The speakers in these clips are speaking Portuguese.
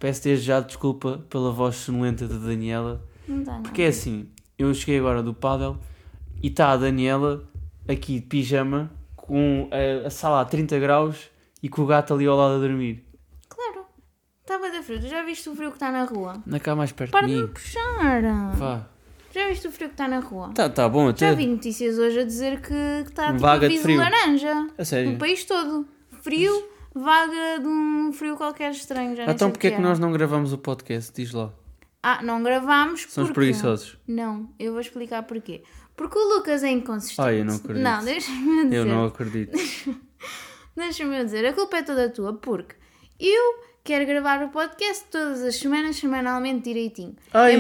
peço desde já desculpa pela voz sonolenta da Daniela. Não dá, Porque é assim, eu cheguei agora do pádel e está a Daniela aqui de pijama com a sala a 30 graus e com o gato ali ao lado a dormir. Claro. Está bem da frio. Tu já viste o frio que está na rua? Anda cá mais perto Para de de mim. me puxar. Vá. Já viste o frio que está na rua? Tá bom, Já até. vi notícias hoje a dizer que está tipo Vaga de aviso frio. laranja. A sério? No país todo. Frio, vaga de um frio qualquer estranho. Já nem Então sei porquê é o que era. nós não gravamos o podcast? Diz lá. Não gravámos Somos porque... preguiçosos. Não, eu vou explicar porquê. Porque o Lucas é inconsistente. Ai, eu não acredito. Não, deixa-me dizer. Eu não acredito. Deixa-me dizer, a culpa é toda tua, porque eu quero gravar o podcast todas as semanas, semanalmente direitinho. Ai.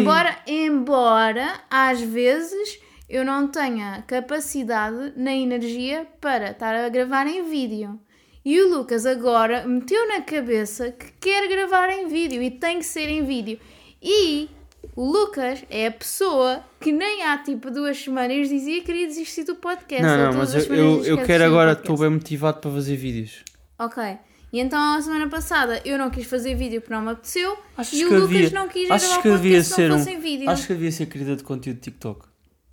Embora às vezes eu não tenha capacidade nem energia para estar a gravar em vídeo. E o Lucas agora meteu na cabeça que quer gravar em vídeo e tem que ser em vídeo. E o Lucas é a pessoa que nem há tipo 2 semanas dizia que queria desistir do podcast. Não, Ou mas todas as semanas diz eu quer quero desistir do agora, podcast. estou bem motivado para fazer vídeos. Ok. E então a semana passada eu não quis fazer vídeo porque não me apeteceu Achas e que o Lucas havia- não quis achas gravar o que havia podcast se ser não um- fosse em vídeo. Acho que devia ser querida de conteúdo de TikTok.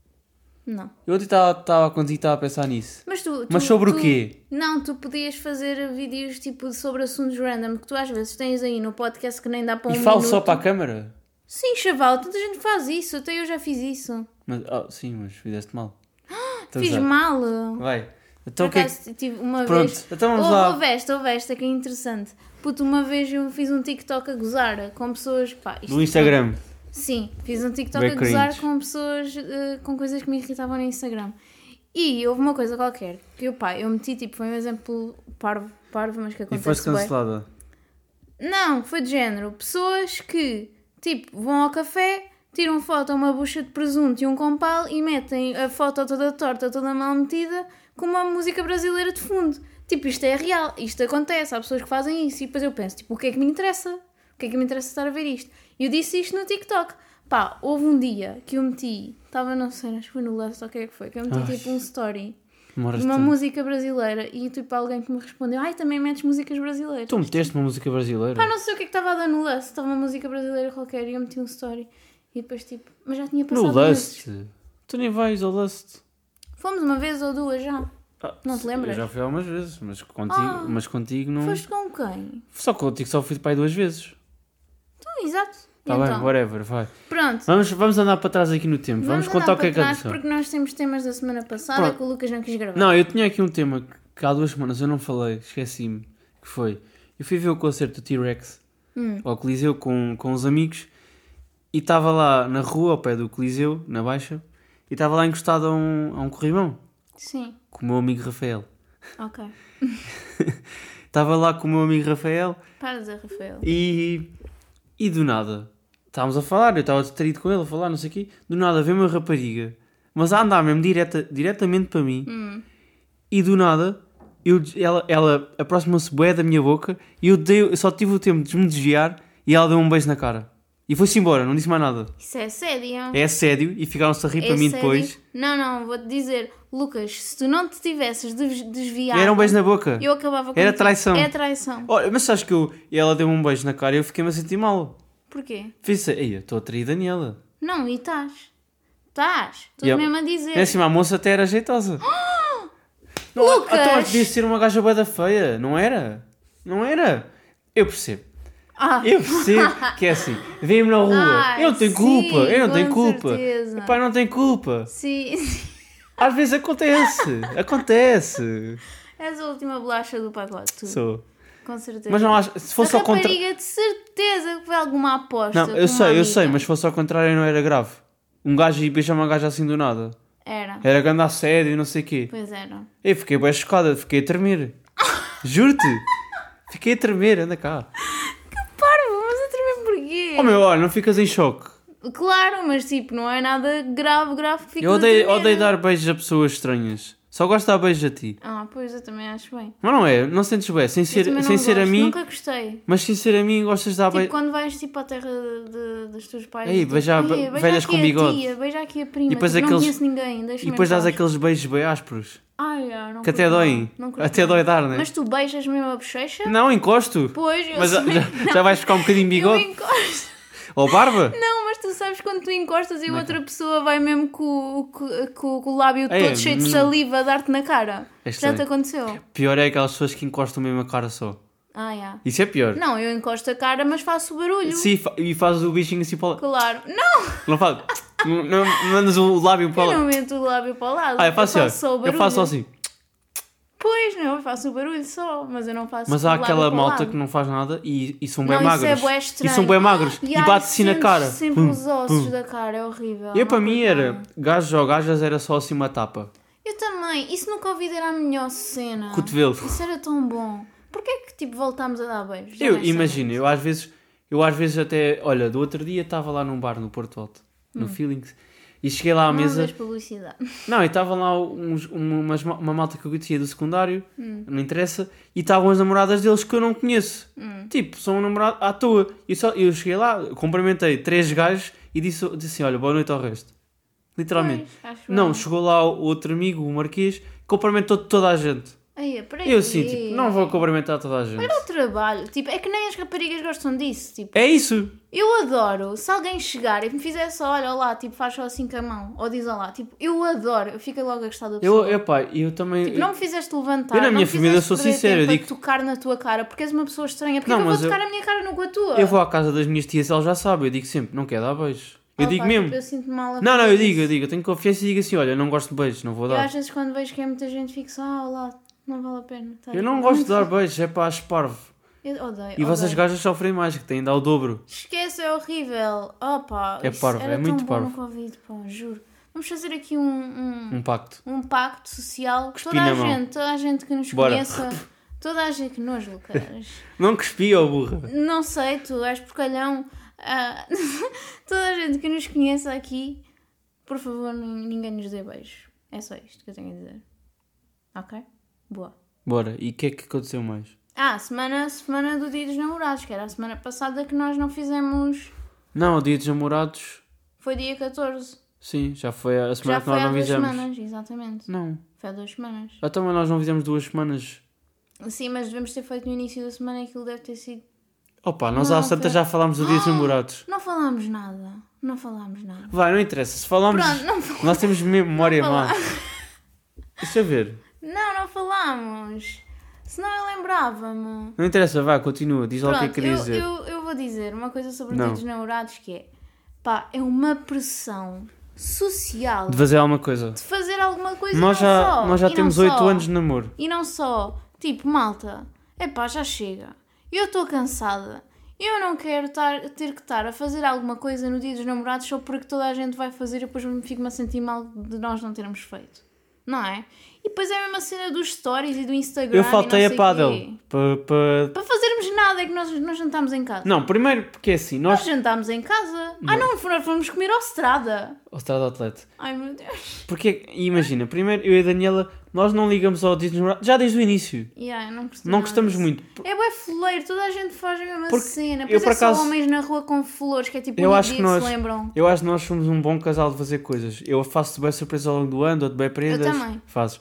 Não. Eu ontem estava contigo, estava a pensar nisso. Mas sobre o quê? Não, tu podias fazer vídeos tipo sobre assuntos random que tu às vezes tens aí no podcast que nem dá para E um falo minuto. só para a câmara? Sim, chaval, tanta gente faz isso, até eu já fiz isso. Mas, sim, mas fizeste mal. Então, Fiz já. mal. Vai. Então o Por que é que... acaso tive uma Pronto, vez. então vamos lá. Houve esta que é interessante. Puto, uma vez eu fiz um TikTok a gozar com pessoas. Pá, isto Do Instagram. Sim, fiz um TikTok Bem a gozar cringe. com pessoas com coisas que me irritavam no Instagram. E houve uma coisa qualquer que eu meti, tipo, foi um exemplo parvo, mas que E acontece foste bué. cancelada. Não, foi de género. Pessoas que, tipo, vão ao café, tiram foto a uma bucha de presunto e um compal e metem a foto toda torta, toda mal metida, com uma música brasileira de fundo. Tipo, isto é real, isto acontece, há pessoas que fazem isso. E depois eu penso, tipo, o que é que me interessa? O que é que me interessa estar a ver isto? E eu disse isto no TikTok. Pá, houve um dia que eu meti, estava, não sei, acho que foi no Lust ou o que é que foi, que eu meti Ai. tipo um story Demoras de uma tanto. música brasileira e tipo alguém que me respondeu, ai, também metes músicas brasileiras. Tu meteste uma música brasileira? Pá, não sei o que é que estava a dar no Lust, estava uma música brasileira qualquer e eu meti um story e depois tipo, mas já tinha passado No meses. Lust? Tu nem vais ao Lust. Fomos uma vez ou duas já. Não te lembras? Eu já fui algumas vezes, mas contigo não... Foste com quem? Só contigo só fui de pai 2 vezes. Então, exato. Está Então, bem, whatever, vai. pronto. Vamos andar para trás aqui no tempo. Vamos contar o que é que andar para trás aconteceu. porque nós temos temas da semana passada Pronto. que o Lucas não quis gravar. Não, eu tinha aqui um tema que há 2 semanas eu não falei, esqueci-me, que foi... Eu fui ver o concerto do T-Rex ao Coliseu com uns amigos e estava lá na rua, ao pé do Coliseu, na Baixa, e estava lá encostado a um corrimão, Sim, com o meu amigo Rafael. ok. Estava lá com o meu amigo Rafael Para de dizer, Rafael. e do nada, estávamos a falar, eu estava distraído com ele a falar, não sei o quê, do nada veio uma rapariga, mas a andar mesmo diretamente para mim, e do nada, ela aproximou-se bué da minha boca, e eu só tive o tempo de me desviar, e ela deu um beijo na cara. E foi-se embora, não disse mais nada. Isso é sério. É assédio, e ficaram-se a rir É para mim sério? depois. Não, vou-te dizer, Lucas, se tu não te tivesses desviado... Era um beijo na boca. Eu acabava com Era traição. É traição. Olha, mas sabes que ela deu um beijo na cara e eu fiquei-me a sentir mal. Porquê? Fiz ei, eu estou a trair Daniela. Não, e estás. Estou E mesmo a dizer. É assim, a moça até era jeitosa. Não, Lucas! então devia ser uma gaja bué da feia, não era? Não era? Eu percebo. Eu percebo que é assim, vem-me na rua, Ai, eu não tenho sim, culpa, eu não com tenho culpa. certeza. Epá, não tenho culpa. Sim. Às vezes acontece. És a última bolacha do pacote, tu. Sou. Com certeza. Mas não acho, se fosse a ao contrário... rapariga de certeza que foi alguma aposta. Não, com eu uma sei, amiga. mas se fosse ao contrário não era grave. Um gajo e beijar uma gaja assim do nada. Era grande assédio e não sei o quê. Pois era. Eu fiquei bem chocada, fiquei a tremer. Juro-te. Fiquei a tremer, anda cá. Parvo, mas a tremer porquê? Oh meu, olha, não ficas em choque. Claro, mas tipo, não é nada grave que fique Eu odeio dar beijos a pessoas estranhas. Só gosto de dar beijos a ti. Pois, eu também acho bem. Mas não é, não sentes bem. Sem Eu também não ser a gosto, mim, Nunca gostei. mas sem ser a mim gostas de dar Tipo, beijos. quando vais tipo à terra dos teus pais. Ei, tipo, beija beija velhas aqui com a bigode. tia, beija aqui a prima. E depois tipo, aqueles- não conheço ninguém, E deixa-me depois em dás paz. aqueles beijos bem ásperos. Ai, não Que até curto dói. não. Não curto Até não. dói dar, né? Mas tu beijas mesmo a bochecha? Não, encosto. Pois, eu Mas sei. já vais ficar um bocadinho Eu bigode. encosto. Ou barba? Não, mas tu sabes quando tu encostas e Não é outra pessoa vai mesmo com o lábio É, todo cheio de saliva a dar-te na cara. É Já estranho. te aconteceu? Pior é aquelas pessoas que encostam mesmo a cara só. Já. Isso é pior. Não, eu encosto a cara, mas faço o barulho. Sim, e fazes o bichinho assim para o lado. Claro. Não, Não faz. Não mandas o lábio para o eu não lado. meto o lábio para o lado. Ah, eu faço só o assim. barulho. Eu faço só assim. Pois, não, eu faço o barulho só, mas eu não faço Mas o há lábio aquela para o malta lado. que não faz nada e são bem Não, magros. isso é bué E estranho. são bem magros. E ai, bate-se na sentes cara. sempre Pum, os ossos pum. da cara, é horrível. Eu para não mim curto era nada. gajos ou gajas era só assim uma tapa. Eu também. Isso nunca ouvi dizer a melhor cena. Cotovelo. Isso era tão bom. Porquê que tipo voltámos a dar beijos? Já Eu nem sei. imagino, eu às vezes até. Olha, do outro dia estava lá num bar no Porto Alto, no Feelings, e cheguei lá à Não mesa. vês publicidade. Não, e estavam lá uma malta que eu conhecia do secundário, não interessa, e estavam as namoradas deles que eu não conheço. Tipo, são um namorado à toa. Eu cheguei lá, cumprimentei 3 gajos e disse assim: olha, boa noite ao resto. Literalmente. Pois, acho Não, bem. chegou lá o outro amigo, o Marquês, cumprimentou toda a gente. Ai, para Eu assim, tipo, não vou cumprimentar toda a gente. Era o trabalho. Tipo, é que nem as raparigas gostam disso. Tipo, É isso. eu adoro. Se alguém chegar e me fizer só, olha lá, tipo, faz só assim com a mão. Ou diz olá. Tipo, eu adoro. Eu fico logo a gostar da pessoa. Eu também. Tipo, não me fizeste levantar. Eu na não minha me família fizeste sou perder sincero, eu tempo a digo- tocar na tua cara. Porque és uma pessoa estranha. Porque Não, eu vou mas tocar a minha cara, não com a tua. Eu vou à casa das minhas tias e elas já sabem. Eu digo sempre, não quero dar beijos. Eu digo Pá, mesmo. Tipo, eu sinto-me mal a Não, fazer eu isso. digo, eu tenho confiança e digo assim, olha, não gosto de beijos, não vou Eu dar. às vezes quando vejo que é muita gente fico só, olá, não vale a pena. Tá, Eu não tipo, gosto muito de dar fácil. beijos, é para parvo. Eu odeio. E vocês odeio. gajas sofrem mais, que têm de dar o dobro. Esquece, é horrível. Opa, É isso parvo, era é muito tão bom parvo. no Covid, pá, juro. Vamos fazer aqui um Pacto. pacto social. Cuspi Toda na a mão. gente, toda a gente que nos Bora. conheça. Toda a gente que nos Lucas. Não cuspi, ó burra. Não sei, tu és porcalhão. Ah, toda a gente que nos conheça aqui, por favor, ninguém nos dê beijos. É só isto que eu tenho a dizer. Ok? Boa. Bora, e o que é que aconteceu mais? Semana do Dia dos Namorados, que era a semana passada que nós não fizemos. Não, o dia dos namorados, Foi dia 14. sim, já foi a semana Já que nós foi há não 2 fizemos. semanas, exatamente. Não. Foi há 2 semanas. Então, mas nós não fizemos 2 semanas. Sim, mas devemos ter feito no início da semana e aquilo deve ter sido. Opa, nós Não, à santa foi- já falámos do dia dos namorados. Não falámos nada. Não falámos nada. Vai, não interessa, se falámos... Pronto, não falámos. Nós temos memória Não má. Deixa eu ver. Não falámos. Senão eu lembrava-me. Não interessa, vai, continua, diz lá o que é que Pronto, querias dizer. eu vou dizer uma coisa sobre o Não. Dia dos Namorados que é. Pá, é uma pressão social De fazer alguma coisa. de fazer alguma coisa Nós e não já, só. nós já E não temos só. 8 anos de namoro. E não só. Tipo, malta, epá, já chega. Eu estou cansada. Eu não quero ter que estar a fazer alguma coisa no Dia dos Namorados só porque toda a gente vai fazer e depois fico-me a sentir mal de nós não termos feito. Não é? E depois é a mesma cena dos stories e do Instagram. Eu faltei e a não sei pádel. quê. Para... Para fazermos nada é que nós jantámos em casa. Não, primeiro porque é assim, Nós nós... jantámos em casa. Ah, não, nós fomos comer ao Strada. Ao Estrada Outlet. Ai, meu Deus. Porque, imagina, primeiro eu e a Daniela, nós não ligamos ao Dia dos Namorados, já desde o início. Yeah, eu não gostei Não nada gostamos disso. muito. É bué foleiro, toda a gente faz a mesma Porque cena. eu, Depois por é só acaso- homens na rua com flores, que é tipo Eu um acho dia que que nós... se lembram. Eu acho que nós somos um bom casal de fazer coisas. Eu faço-te bem surpresa ao longo do ano, dou-te bem prendas. Eu também. Fazes.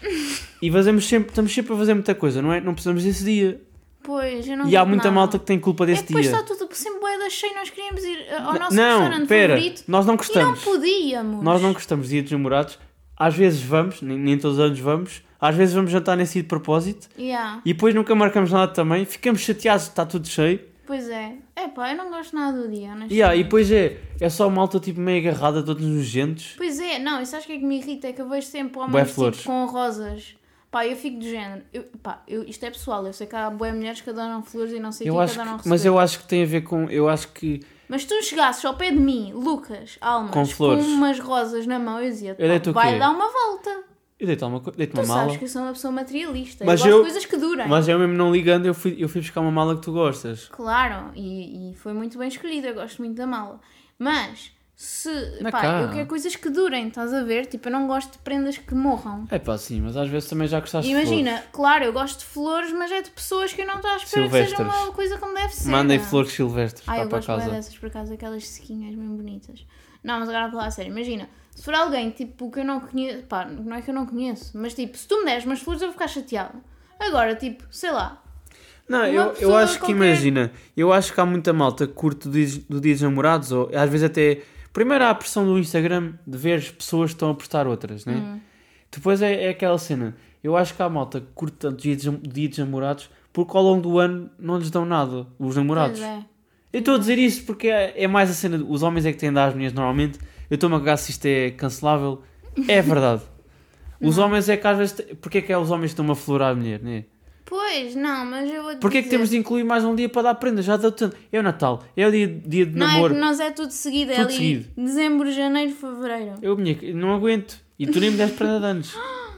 E estamos sempre a fazer muita coisa, não é? Não precisamos desse dia. Pois, eu não E há digo muita nada. malta que tem culpa É desse que depois dia. está tudo sempre bué da cheio, nós queríamos ir ao nosso Não, restaurante pera, favorito nós não e não gostamos. podíamos. Nós não gostamos de Dia dos Namorados. Às vezes vamos, nem todos os anos vamos. Às vezes vamos jantar nesse dia de propósito. Yeah. E depois nunca marcamos nada também. Ficamos chateados, está tudo cheio. Pois é. Epá, eu não gosto nada do dia, honestamente. E depois é só malta tipo meio agarrada, todos nojentos. Pois é, não, isso acho que é que me irrita, é que eu vejo sempre Bué homens flores. tipo, com rosas. Pá, eu fico do género. Isto é pessoal, eu sei que há boas mulheres que adoram flores e não sei o Eu que acho adoram que, receber. mas eu acho que tem a ver com... Eu acho que... Mas tu chegasses ao pé de mim, Lucas, Almas, Com flores. umas rosas na mão, eu dizia, Eu deito o vai quê? dar uma volta. Eu deito uma Tu mala. sabes que eu sou uma pessoa materialista, Mas eu gosto eu- de coisas que durem. Mas eu mesmo não ligando, eu fui buscar uma mala que tu gostas. Claro, e foi muito bem escolhida, eu gosto muito da mala. Mas, Na Pá, cara. eu quero coisas que durem, estás a ver? Tipo, eu não gosto de prendas que morram. É pá, sim, mas às vezes também já gostaste de Imagina, flores. claro, eu gosto de flores, mas é de pessoas que eu não estou à espera que seja Silvestres. uma coisa como deve ser. Mandem flores silvestres Eu para gosto bem casa. dessas, por acaso, aquelas sequinhas bem bonitas. Não, mas agora a falar a sério, imagina, se for alguém, tipo, que eu não conheço, pá, não é que eu não conheço, mas tipo, se tu me deres umas flores eu vou ficar chateada. Agora, tipo, sei lá, Não, Uma eu pessoa acho que qualquer- imagina, eu acho que há muita malta que curte do dia dos namorados, ou às vezes até. Primeiro há a pressão do Instagram de ver as pessoas que estão a postar outras, né? Depois é aquela cena. Eu acho que há malta que curte tanto do dia dos namorados porque ao longo do ano não lhes dão nada, os namorados. pois é. Eu estou a dizer isso porque é mais a cena. Os homens é que têm de dar às mulheres normalmente. Eu estou-me a cagar se isto é cancelável. É verdade. Os homens é que às vezes. Porque é que é os homens que estão a florar a mulher, né? Pois, não, mas eu vou te Porquê é que dizer, temos de incluir mais um dia para dar prenda? Já deu tanto. É o Natal, é o dia de não, namoro. é que nós é tudo seguido, é Tudo ali seguido. dezembro, janeiro, fevereiro. Eu não aguento. E tu nem me deste prenda de anos.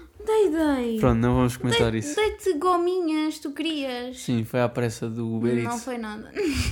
Dei. Pronto, não vamos comentar isso. Dei-te gominhas, tu querias. Sim, foi à pressa do Uber Não Eats. foi nada.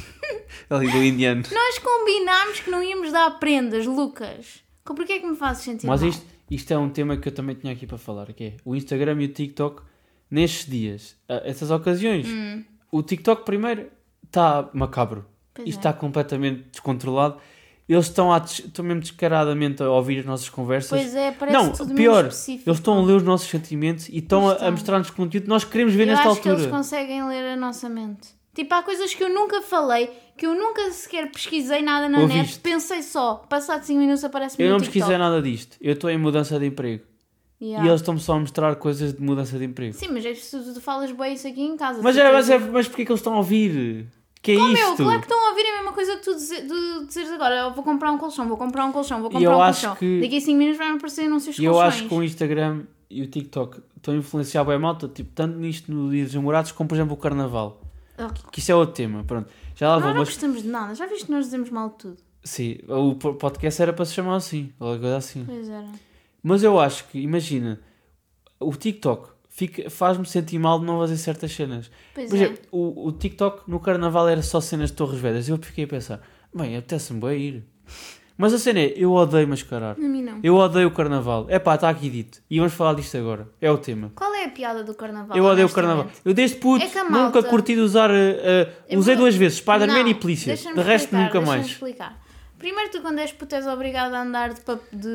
Ali do indiano. Nós combinámos que não íamos dar prendas, Lucas. Porquê é que me fazes sentir Mas mal? isto é um tema que eu também tinha aqui para falar, que é o Instagram e o TikTok, nestes dias, essas ocasiões. O TikTok primeiro está macabro. Pois Isto é. está completamente descontrolado. Eles estão mesmo descaradamente a ouvir as nossas conversas. Pois é, parece Não, tudo pior, menos específico. eles estão a ler os nossos sentimentos e estão a Estão. mostrar-nos conteúdo que nós queremos ver Eu nesta acho que altura. eles conseguem ler a nossa mente. Tipo, há coisas que eu nunca falei, que eu nunca sequer pesquisei nada na net, Ouviste? pensei só, passado 5 minutos aparece-me Eu no não TikTok. pesquisei nada disto. Eu estou em mudança de emprego. Yeah. E eles estão-me só a mostrar coisas de mudança de emprego. Sim, mas é se tu falas bem isso aqui em casa. Mas, de certeza. mas porquê que eles estão a ouvir? Que é Meu, isto? claro que estão a ouvir a mesma coisa que tu dizeres agora. Eu vou comprar um colchão, vou comprar um colchão, vou E comprar eu um acho colchão. que- Daqui a 5 minutos vai-me aparecer anúncios de E eu colchões. acho que o Instagram e o TikTok estão a influenciar bem a malta, tipo, tanto nisto no Dia dos Namorados como, por exemplo, o Carnaval. Que isso é outro tema, pronto. Já lá vou, Nós não mas... gostamos de nada. Já viste que nós dizemos mal de tudo? Sim, o podcast era para se chamar assim, ou coisa assim. Pois era. Mas eu acho que, imagina, o TikTok faz-me sentir mal de não fazer certas cenas. Pois Por é. exemplo, o TikTok no Carnaval era só cenas de Torres Vedras. Eu fiquei a pensar, bem, apetece-me bem ir. Mas a cena é, eu odeio mascarar. A mim não. Eu odeio o Carnaval. É pá, está aqui dito. E vamos falar disto agora. É o tema. Qual é a piada do carnaval? Eu odeio o honestamente? Carnaval. Eu desde puto É que a nunca malta- curti de usar... Eu usei vou- 2 vezes, Spider-Man Não, e Polícia. deixa-me De resto, explicar, nunca deixa-me mais. explicar. Primeiro, tu quando és puto és obrigado a andar de...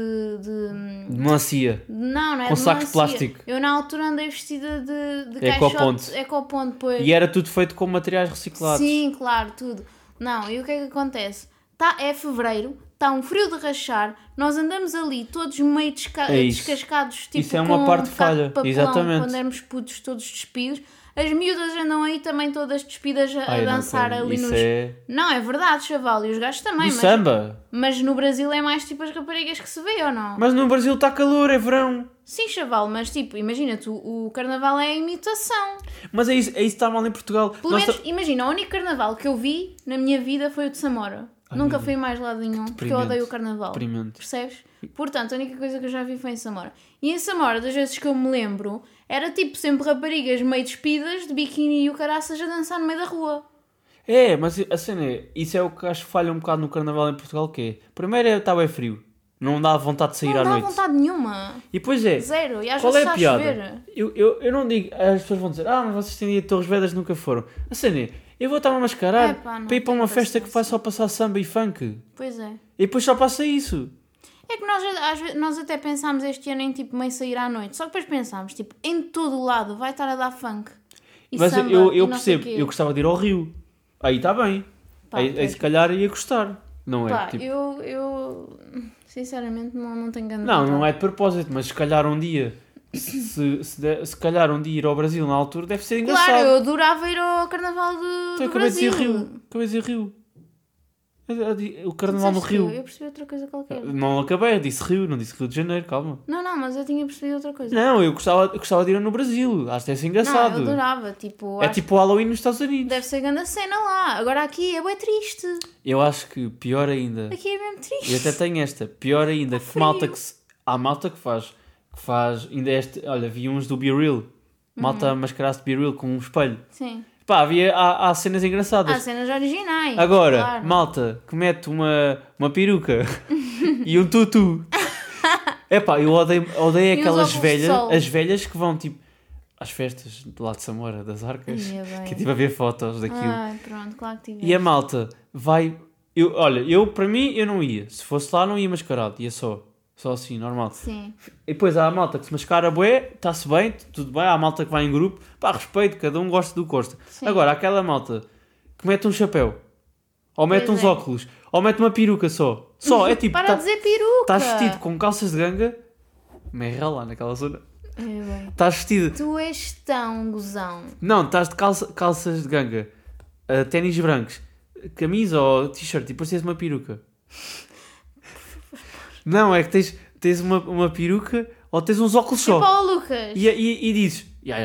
De melancia. Não é Com de sacos de melancia. plástico. Eu na altura andei vestida de Ecoponto. caixote. Ecoponto, pois. E era tudo feito com materiais reciclados. Sim, claro, tudo. Não, e o que é que acontece? É fevereiro, está um frio de rachar, nós andamos ali todos meio É isso. descascados, tipo Isso é uma com parte um de bocado falha, de papelão, exatamente. quando éramos putos todos despidos. As miúdas andam aí também todas despidas a Ai, não dançar quero. ali Isso nos... é... Não, é verdade, chaval, e os gajos também, Do mas... samba. Mas no Brasil é mais tipo as raparigas que se vê, ou não? Mas no Brasil está calor, é verão. Sim, chaval, mas tipo, imagina-te, o carnaval é a imitação. Mas é isso que está mal em Portugal. Pelo Nós menos, imagina, o único carnaval que eu vi na minha vida foi o de Samora. Nunca fui a mais lado nenhum, porque eu Deprimente. odeio o carnaval. Deprimente. Percebes? Portanto, a única coisa que eu já vi foi em Samora. E em Samora, das vezes que eu me lembro, era tipo sempre raparigas meio despidas, de biquíni e o caraças a dançar no meio da rua. É, mas a cena é... Isso é o que acho que falha um bocado no Carnaval em Portugal, que é... Primeiro está bem frio. Não dá vontade de sair Não à dá noite. vontade nenhuma. E depois é... Zero. E às Qual vezes é a está a piada? chover. Eu não digo... As pessoas vão dizer... mas vocês têm dia de Torres Vedras nunca foram. A cena é... Eu vou estar a mascarar Epá, não para ir para uma tenho festa que vai paciência. só passar samba e funk. Pois é. E depois só passa isso. É que nós, às vezes, nós até pensámos este ano em tipo meio sair à noite. Só que depois pensámos, tipo, em todo o lado vai estar a dar funk. E Mas samba, eu e não sei percebo. quê. Eu gostava de ir ao Rio. Aí está bem. Pá, Aí pois. se calhar ia gostar. Não é? Pá, Tipo, eu sinceramente não tenho grande não vontade. é de propósito. Mas se calhar um dia... Se calhar um dia ir ao Brasil na altura deve ser engraçado. Claro, eu adorava ir ao carnaval Então, do acabei de Brasil. dizer Rio. Acabei de dizer Rio. O Carnaval no Disseste Rio. Eu percebi outra coisa qualquer. Não acabei, eu disse Rio, não disse Rio de Janeiro, calma. Não, mas eu tinha percebido outra coisa. Não, eu gostava de ir no Brasil, acho que deve ser engraçado. Não, eu adorava, tipo, É acho tipo o Halloween nos Estados que Unidos. deve ser grande a cena lá. Agora aqui é bem triste. Eu acho que pior ainda, Aqui é mesmo triste. e até tenho esta, pior ainda, que frio. malta há malta que faz, ainda olha, vi uns do Be Real, malta mascarar-se de Be Real com um espelho. Sim. Pá, há cenas engraçadas. Há cenas originais. Agora, claro. malta que mete uma peruca e um tutu. Epá, eu odeio E uns aquelas óculos de velhas, sol. as velhas que vão tipo às festas do lado de Samora, das Arcas, Ia bem. que é tipo a ver fotos daquilo. Ai, pronto, claro que tiveste. E a malta vai. Para mim, eu não ia. Se fosse lá, não ia mascarado. Ia só assim, normal. Sim. E depois há a malta que se mascara bué, está-se bem, tudo bem. Há a malta que vai em grupo, pá, respeito, cada um gosta do que gosta. Sim. Agora, aquela malta que mete um chapéu, ou mete Pois uns é. óculos, ou mete uma peruca só. Só, é tipo, Para de dizer peruca! estás vestido com calças de ganga, merra lá naquela zona. É bem. Estás vestido. Tu és tão gozão. Não, estás de calças de ganga, ténis brancos, camisa ou t-shirt e depois tens uma peruca. Não, é que tens uma peruca ou tens uns óculos Tipo só. ao Lucas. E dizes,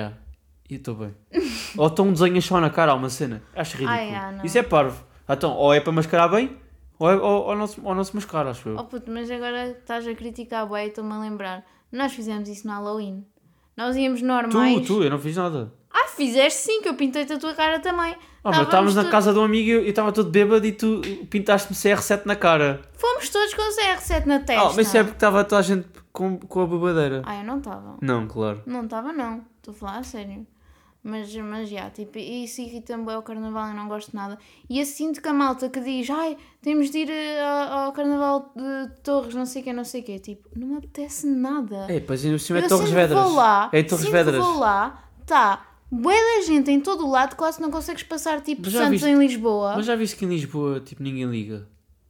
e estou bem. Ou estão um desenho só na cara, há uma cena. Acho ridículo. Não. Isso é parvo. Então, ou é para mascarar bem, ou não se mascara, acho eu. Oh puto, mas agora estás a criticar bué e estou-me a lembrar. Nós fizemos isso no Halloween. Nós íamos normais. Eu não fiz nada. Fizeste sim, que eu pintei-te a tua cara também. Mas estávamos na casa de um amigo e eu estava todo bêbado e tu pintaste-me CR7 na cara. Fomos todos com o CR7 na testa. Mas isso é porque estava toda a gente com a bebadeira. Eu não estava. Não, claro. Não estava não. Estou a falar a sério. Mas já, tipo, isso irrita-me bem ao carnaval, eu não gosto nada. E eu sinto que a malta que diz, temos de ir ao carnaval de Torres, não sei o quê. Tipo, não me apetece nada. Pois ainda por cima é Eu Torres sempre Vedras. vou lá, É Torres sempre Vedras. vou lá, bué da gente em todo o lado, quase não consegues passar tipo Mas já Santos viste- em Lisboa. Mas já viste que em Lisboa, tipo, ninguém liga?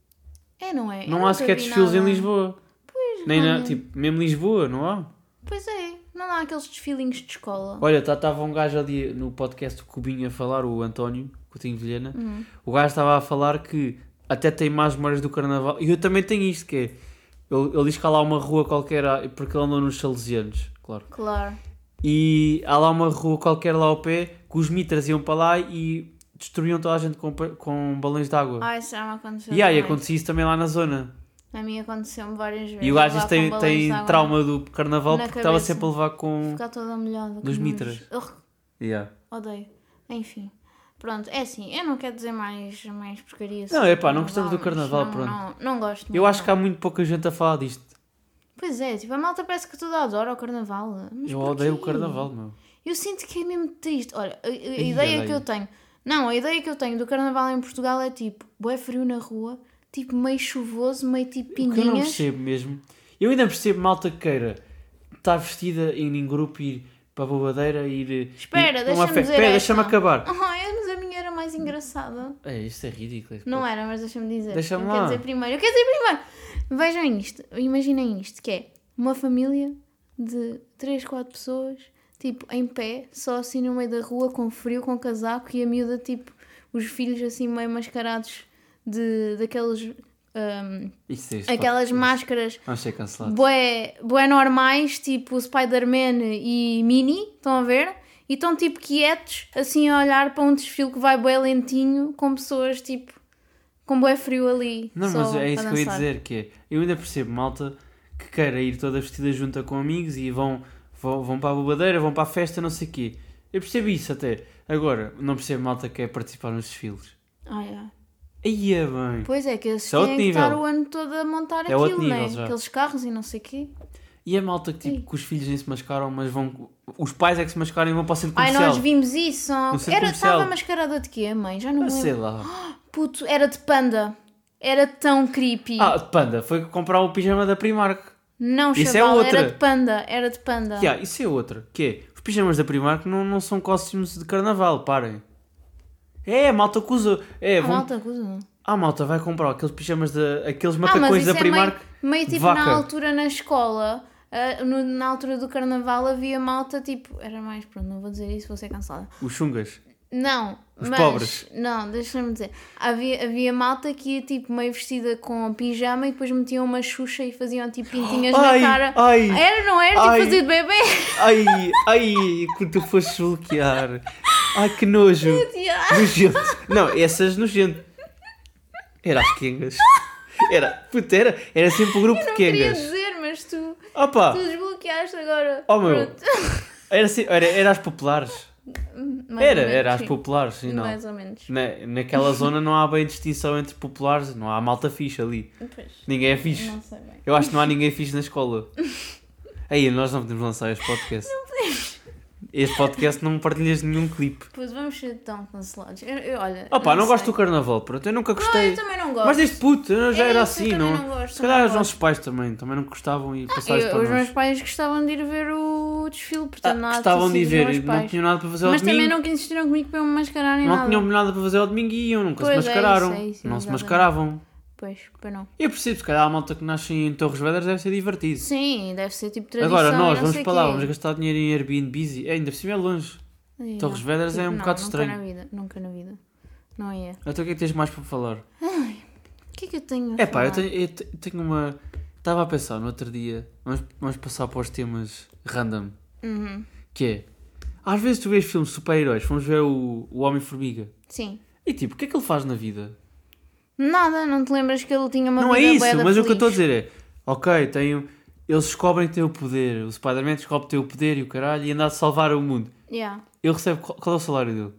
Não é? Não Eu há nunca sequer vi desfiles em nada. Lisboa. Pois, Nem não. tipo, mesmo Lisboa, não há? Pois é, não há aqueles desfilinhos de escola. Olha, estava um gajo ali no podcast do Cubinho a falar, o António Coutinho Vilhena. O gajo estava a falar que até tem mais memórias do carnaval. E eu também tenho isto, que é... Ele diz que há lá uma rua qualquer, porque ele andou nos Salesianos, claro. Claro. E há lá uma rua qualquer lá ao pé, que os mitras iam para lá e destruíam toda a gente com balões de água. Isso já me aconteceu. E também. acontecia isso também lá na zona. A mim aconteceu-me várias vezes. E o gajo levar tem, com balões de tem água trauma do carnaval na porque estava cabeça. sempre a levar com... Ficar toda molhada. Dos que mitras. nojo. Odeio. Enfim. Pronto, é assim, eu não quero dizer mais porcaria. Não, não gostamos do carnaval, não, pronto. Não gosto. Eu acho que há muito pouca gente a falar disto. Pois é, tipo, a malta parece que toda adora o carnaval. Mas Eu porquê? odeio o carnaval, meu. Eu sinto que é mesmo triste. Olha, a ideia que eu tenho... Não, a ideia que eu tenho do carnaval em Portugal é tipo, bué frio na rua, tipo meio chuvoso, meio tipo O que eu não pinguinhas. percebo mesmo... Eu ainda percebo malta que queira estar vestida em grupo e ir para a bobadeira e ir... Espera, ir para uma deixa-me festa. dizer Espera, esta. deixa-me acabar. Mas a minha era mais engraçada. Isto é ridículo. Não era, mas deixa-me dizer. Deixa-me eu lá. quero dizer primeiro. Vejam isto. Imaginem isto, que é uma família de 3, 4 pessoas, tipo, em pé, só assim no meio da rua, com frio, com casaco, e a miúda, tipo, os filhos assim meio mascarados daqueles... Isso aquelas máscaras Vamos ser cancelados. bué normais, tipo Spider-Man e Minnie, estão a ver? E estão tipo quietos, assim a olhar para um desfile que vai bué lentinho, com pessoas tipo com bué frio ali. Não, só mas é isso a que eu ia dançar. dizer, que é... Eu ainda percebo malta que queira ir toda vestida junta com amigos e vão para a bobadeira, vão para a festa, não sei o quê. Eu percebo isso até. Agora, não percebo malta que quer participar nos desfiles. Aí é bem. Pois é, que eles Isso é outro têm que estar nível. o ano todo a montar É outro aquilo, nível né? já. Aqueles carros e não sei o quê. E a malta que, tipo, que os filhos nem se mascaram, mas vão... Os pais é que se mascaram e vão para o centro Ai, comercial. nós vimos isso. centro comercial. Estava mascarada de quê, mãe? Já não me Sei lembro. lá. Puto, era de panda. Era tão creepy. Panda, foi comprar o pijama da Primark. Não, Isso chaval, é outra. era de panda. Isso é outra. Que é, os pijamas da Primark não são costumes de carnaval, parem. É, a malta que usa. Malta, coisa. A malta vai comprar aqueles pijamas, aqueles macacões da Primark. Meio de tipo vaca. na altura na escola, na altura do carnaval havia malta tipo. Era mais, pronto, não vou dizer isso, vou ser cansada. Os chungas. Não, Os mas. pobres. Não, deixa-me dizer. Havia malta que ia tipo meio vestida com pijama e depois metiam uma xuxa e faziam tipo pintinhas Ai, na cara. ai, Era, não era? ai. Tipo fazer de bebê. Ai, que tu foste bloquear. Ai, que nojo. Nojento. Não, essas nojento. Era as quengas. Era sempre o grupo de Não queria quengas. dizer, mas tu Opa! desbloqueaste agora. Oh, meu. Pronto. Era as populares. Era às populares, sim, não. Mais ou menos. Naquela zona não há bem distinção entre populares, não há malta fixe ali. Pois, Ninguém é fixe. não sei bem. Eu acho que não há ninguém fixe na escola. Aí, nós não podemos lançar este podcast. Não podemos. Este podcast não partilhas nenhum clipe. Pois vamos ser tão cancelados. Olha, Opa, não gosto sei. do carnaval, pronto, eu nunca gostei. Eu também não gosto. Mas desde puto, eu já era isso, eu assim, também não? não gosto, Se calhar não os gosto. nossos pais também não gostavam e passaram isso para Os nós. meus pais gostavam de ir ver o desfile, portanto nada Gostavam de ir ver dos e meus não pais. tinham nada para fazer ao Mas domingo. também nunca insistiram comigo para eu me mascarar nem Não nada. tinham nada para fazer ao domingo e iam, nunca Pois se é, mascararam. isso, Não se exatamente. mascaravam. Pois não. Eu percebo, se calhar a malta que nasce em Torres Vedras deve ser divertido. Sim, deve ser tipo tradição. Agora nós e não vamos sei para lá, quê. vamos gastar dinheiro em Airbnb e ainda por cima é longe. Ai, Torres não. Vedras é um bocado nunca estranho. Nunca na vida. Não é. Então o que é que tens mais para falar? O que é que eu tenho a É pá, falar? eu tenho uma... Estava a pensar no outro dia, vamos passar para os temas random, Uhum. que é, às vezes tu vês filmes de super-heróis, fomos ver o Homem-Formiga, Sim. e tipo, o que é que ele faz na vida? Nada, não te lembras que ele tinha uma Não é vida isso, bué da mas o que eu feliz? estou a dizer é, ok, eles descobrem que têm o poder, o Spider-Man descobre que tem o poder e o caralho, e anda a salvar o mundo. Yeah. Ele recebe, qual é o salário dele?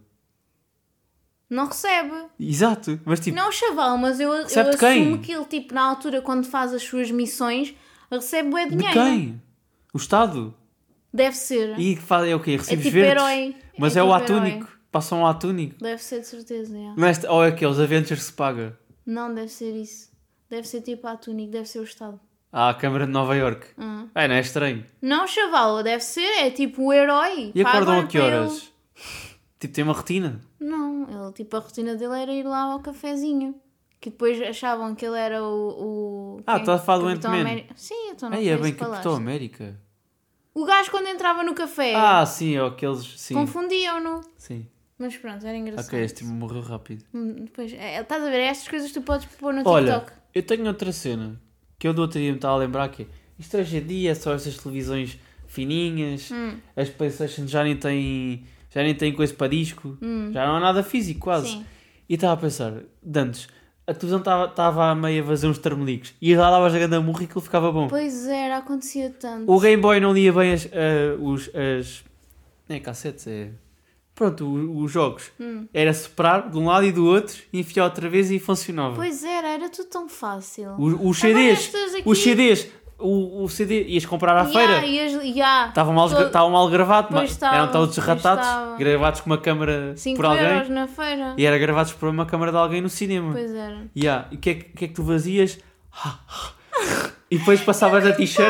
Não recebe. Exato, mas tipo, Não, chaval, mas eu Recebe de assumo quem? que ele, tipo, na altura, quando faz as suas missões, recebe bué de dinheiro. quem? O Estado? Deve ser. E é o quê? É Recibos tipo verdes? herói. Mas é o tipo ato herói. único, passam um ato único. Deve ser de certeza, yeah. Não é, ou é aqueles Avengers se paga? Não, deve ser isso. Deve ser tipo ato único, deve ser o Estado. À Câmara de Nova Iorque. Não é estranho. Não, chaval, deve ser, é tipo o herói. E acordam Pagam a que para horas? Tipo, tem uma rotina. ele. Não, ele, tipo, a rotina dele era ir lá ao cafezinho. Que depois achavam que ele era o Ah, quem? estás a falar do Capitão Ant-Man. América. Sim, então não Aí foi é isso bem que Capitão falaste. América. O gajo quando entrava no café, Ah, sim, é aqueles. Sim. confundiam-no. Sim. Mas pronto, era engraçado. Ok, este tipo morreu rápido. Depois, estás a ver, é estas coisas que tu podes pôr no Olha, TikTok. eu tenho outra cena que eu do outro dia me estava a lembrar que é, isto hoje em dia é só estas televisões fininhas, as Playstation já nem têm coisa para disco, já não há nada físico quase. Sim. E estava a pensar, de antes, a televisão estava a meio a fazer uns termelicos e lá davas a ganda murra e aquilo ficava bom. Pois era, acontecia tanto. O Game Boy não lia bem as não é cassetes, é... Pronto, os jogos. Era separar de um lado e do outro, e enfiar outra vez e funcionava. Pois era tudo tão fácil. Os Agora CDs, estas aqui- os CDs, o CD, ias comprar à feira, estavam mal gravados, Pois estava, eram todos pois ratados, estava. gravados com uma câmara 5 por alguém, euros na feira. e era gravados por uma câmara de alguém no cinema. Pois era. E o que é que tu fazias? E depois passavas a t-shirt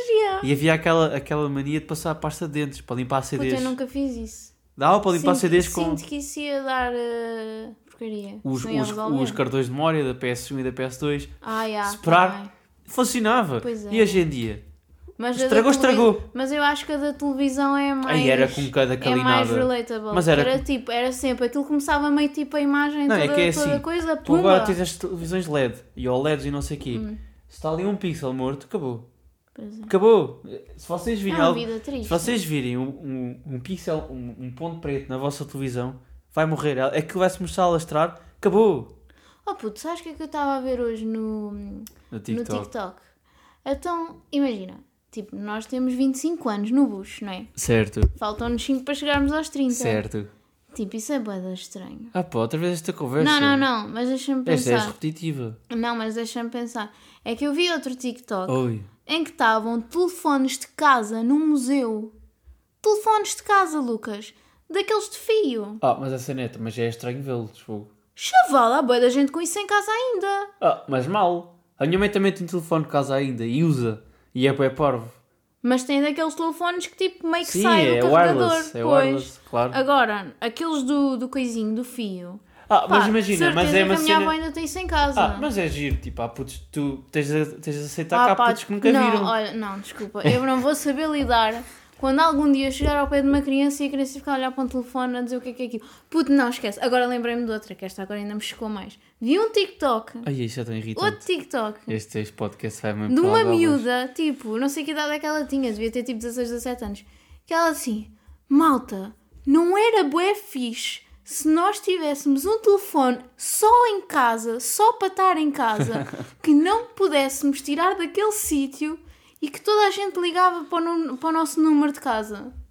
e havia aquela mania de passar a pasta de dentes para limpar Puta, CDs. eu nunca fiz isso. Dava para limpar CDs com Sinto que isso ia dar porcaria. os Não ia resolver. cartões de memória da PS1 e da PS2. Yeah, Separar. também. Funcionava. Pois é. E hoje em dia? Mas a Estragou, da televisão- estragou. Mas eu acho que a da televisão é mais... Aí era com cada É calinada. mais relatable. Mas era era sempre... Aquilo começava meio tipo a imagem, Não, toda, é que é toda assim, coisa, Tu pumba. agora tens as televisões LED e OLEDs e não sei o quê. Se está ali um pixel morto, acabou. Pois é. Acabou. Se vocês É virem, uma algo- vida triste. se vocês virem um pixel, um ponto preto na vossa televisão, vai morrer. Aquilo vai-se mostrar a lastrar, acabou. Oh puto, sabes o que é que eu estava a ver hoje no No TikTok. TikTok? Então, imagina, tipo, nós temos 25 anos no bucho, não é? Certo, Faltam-nos 5 para chegarmos aos 30. certo. Tipo, isso é bué da estranho. Ah pá, outra vez esta conversa. Não, mas deixa-me Esta é pensar. repetitiva. Não, mas deixa-me pensar. É que eu vi outro TikTok Oi. em que estavam telefones de casa num museu. Telefones de casa, Lucas. Daqueles de fio. Ah, mas essa neta, mas já é estranho vê-los, fogo. Chaval, há bué da gente com isso em casa ainda. Ah, mas mal. A minha mãe também tem telefone de casa ainda e usa. E é bué parvo. Mas tem daqueles telefones que tipo meio que Sim, sai é do carregador. wireless. É Pois. wireless, claro. Agora, aqueles do coisinho, do fio. Ah, mas Pá, imagina, mas é uma que a minha avó cena... ainda tem isso em casa. Ah, mas é giro, tipo, há putos, tu tens de aceitar que há putos que nunca não, viram. Olha, não, desculpa. Eu não vou saber lidar quando algum dia chegar ao pé de uma criança e a criança ficar a olhar para um telefone a dizer o que é aquilo. Puto, não, esquece. Agora lembrei-me de outra, que esta agora ainda me chocou mais. Vi um TikTok, Ai, isso é tão irritante. outro TikTok, Este podcast vai mesmo de para uma lá de luz. miúda, tipo, não sei que idade é que ela tinha, devia ter tipo 16, 17 anos. Que ela assim, malta, não era bué fixe se nós tivéssemos um telefone só em casa, só para estar em casa, que não pudéssemos tirar daquele sítio e que toda a gente ligava para o nosso número de casa.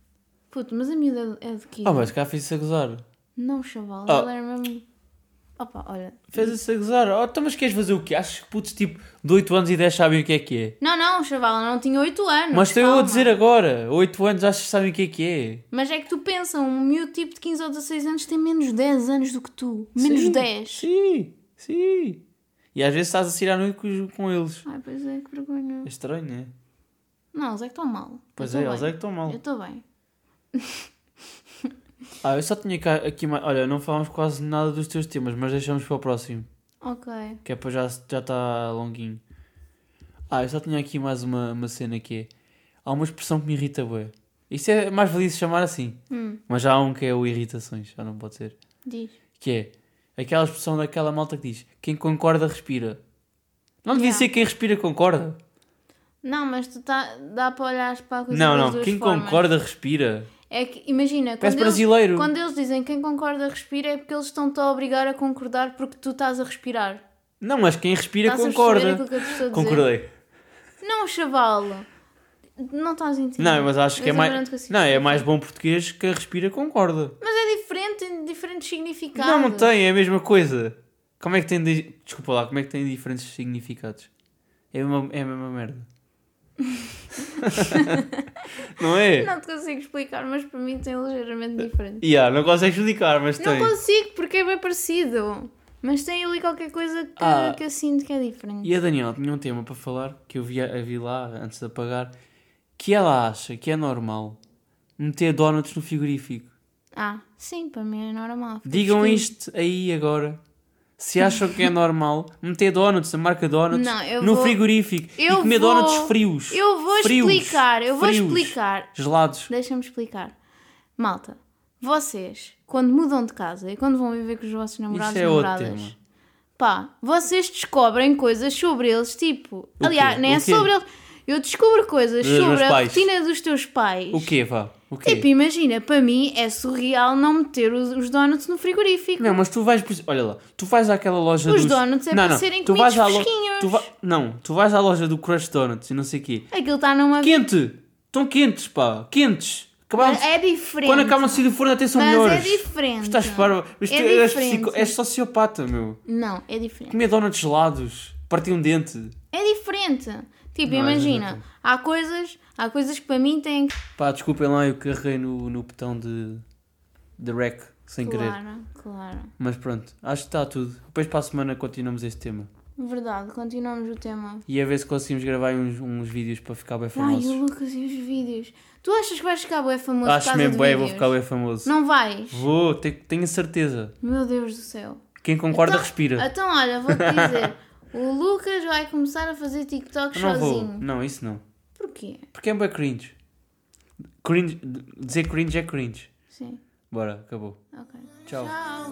Puto, mas a miúda é de quê? Mas cá fez-se a gozar. Não, chaval, ela era mesmo... Opa, olha... Fez-se a gozar. Então, mas queres fazer o quê? Achas que putos tipo de 8 anos e 10 sabem o que é? Não, chaval, ela não tinha 8 anos. Mas estou eu a dizer agora. 8 anos achas que sabem o que é? Mas é que tu pensa, um miúdo tipo de 15 ou 16 anos tem menos 10 anos do que tu. Menos 10. Sim. E às vezes estás a sair à noite com eles. Ai, pois é, que vergonha. É estranho, não é? Não, eles é que estão mal. Pois é, eles é que estão mal. Eu estou bem. Eu só tinha aqui mais... Olha, não falámos quase nada dos teus temas, mas deixamos para o próximo. Ok. Que é para já está longuinho. Eu só tinha aqui mais uma cena que é... Há uma expressão que me irrita bué. Isso é mais valia se chamar assim. Mas já há um que é o irritações, já não pode ser. Diz. Que é aquela expressão daquela malta que diz: quem concorda respira. Não devia ser quem respira concorda. Não, mas dá para olhar para a coisa Não, duas quem formas. concorda respira. É que, imagina, brasileiro. Quando eles dizem quem concorda respira é porque eles estão-te a obrigar a concordar porque tu estás a respirar. Não, mas quem respira Estás concorda. a perceber aquilo que eu te estou a dizer? Concordei. Não, chaval. Não estás a entender. Não, mas acho que é mais... Não, é mais bom português que quem respira concorda. Mas é diferente, tem diferentes significados. Não tem, é a mesma coisa. Como é que tem... Desculpa lá, como é que tem diferentes significados? É a mesma merda. Não é? Não te consigo explicar, mas para mim tem ligeiramente diferente. Não consegues explicar, mas tem. Não consigo, porque é bem parecido. Mas tem ali qualquer coisa que eu sinto que é diferente. E a Daniela tinha um tema para falar, que eu vi lá antes de apagar, que ela acha que é normal meter donuts no frigorífico. Sim, para mim é normal. Digam isto aí agora. Se acham que é normal meter donuts, a marca donuts, no frigorífico e comer donuts frios. Eu vou explicar. Gelados. Deixa-me explicar. Malta, vocês, quando mudam de casa e quando vão viver com os vossos namorados e namoradas, vocês descobrem coisas sobre eles, tipo... Aliás, nem é sobre eles. Eu descubro coisas sobre a rotina dos teus pais. O quê, vá? O quê? Tipo, imagina, para mim é surreal não meter os donuts no frigorífico. Não, mas tu vais... Olha lá, tu vais àquela loja Os donuts é para serem comidos fresquinhos. Tu vais à loja do Crush Donuts e não sei o quê. Aquilo está numa... Quente! Estão quentes, pá! Quentes! É diferente. Quando acabam de sair do forno até são melhores. Mas é diferente. Estás para... É diferente. És sociopata, meu. Não, é diferente. Comer donuts gelados. Partir um dente. É diferente. Tipo, imagina, há coisas que para mim têm que... Desculpem lá, eu carreguei no botão de rec sem querer. Claro. Mas pronto, acho que está tudo. Depois para a semana continuamos este tema. Verdade, continuamos o tema. E a ver se conseguimos gravar uns vídeos para ficar bem famosos. O Lucas e os vídeos. Tu achas que vais ficar bem famoso? Acho mesmo bem, vou ficar bem famoso. Não vais? Vou, tenho a certeza. Meu Deus do céu. Quem concorda respira. Então olha, vou-te dizer... O Lucas vai começar a fazer TikTok sozinho. Não, isso não. Porquê? Porque é bem cringe. Dizer cringe é cringe. Sim. Bora, acabou. Ok. Tchau.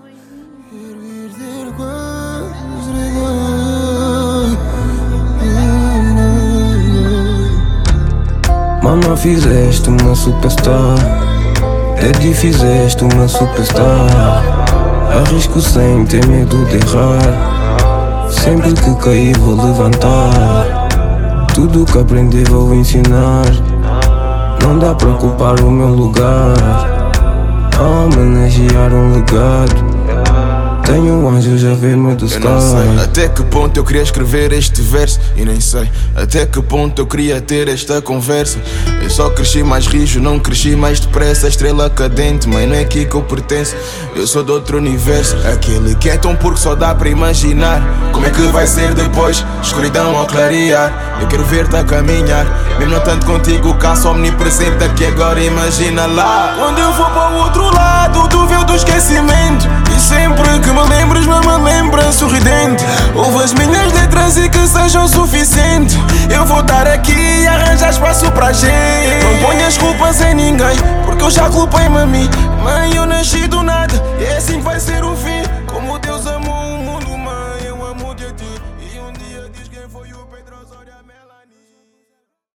Mama, fizeste uma superstar. Daddy, fizeste uma superstar. Arrisco sem ter medo de errar. Sempre que cair vou levantar. Tudo que aprendi vou ensinar. Não dá pra ocupar o meu lugar. A homenagear um legado. Tenho anjos a ver-me do sky. Eu não sei até que ponto eu queria escrever este verso. E nem sei até que ponto eu queria ter esta conversa. Eu só cresci mais rijo, não cresci mais depressa. Estrela cadente, mas não é aqui que eu pertenço. Eu sou de outro universo. Aquele que é tão puro só dá para imaginar. Como é que vai ser depois, escuridão ao clarear. Eu quero ver-te a caminhar. Mesmo não tanto contigo, caço omnipresente aqui agora, imagina lá. Quando eu vou para o outro lado do véu do esquecimento. E sempre que me lembres, não me lembra sorridente. Ouve as minhas letras e que sejam suficientes. Eu vou estar aqui e arranjar espaço pra gente. Não ponhas culpas em ninguém, porque eu já culpei-me a mim. Mãe, eu nasci do nada, e é assim que vai ser o fim.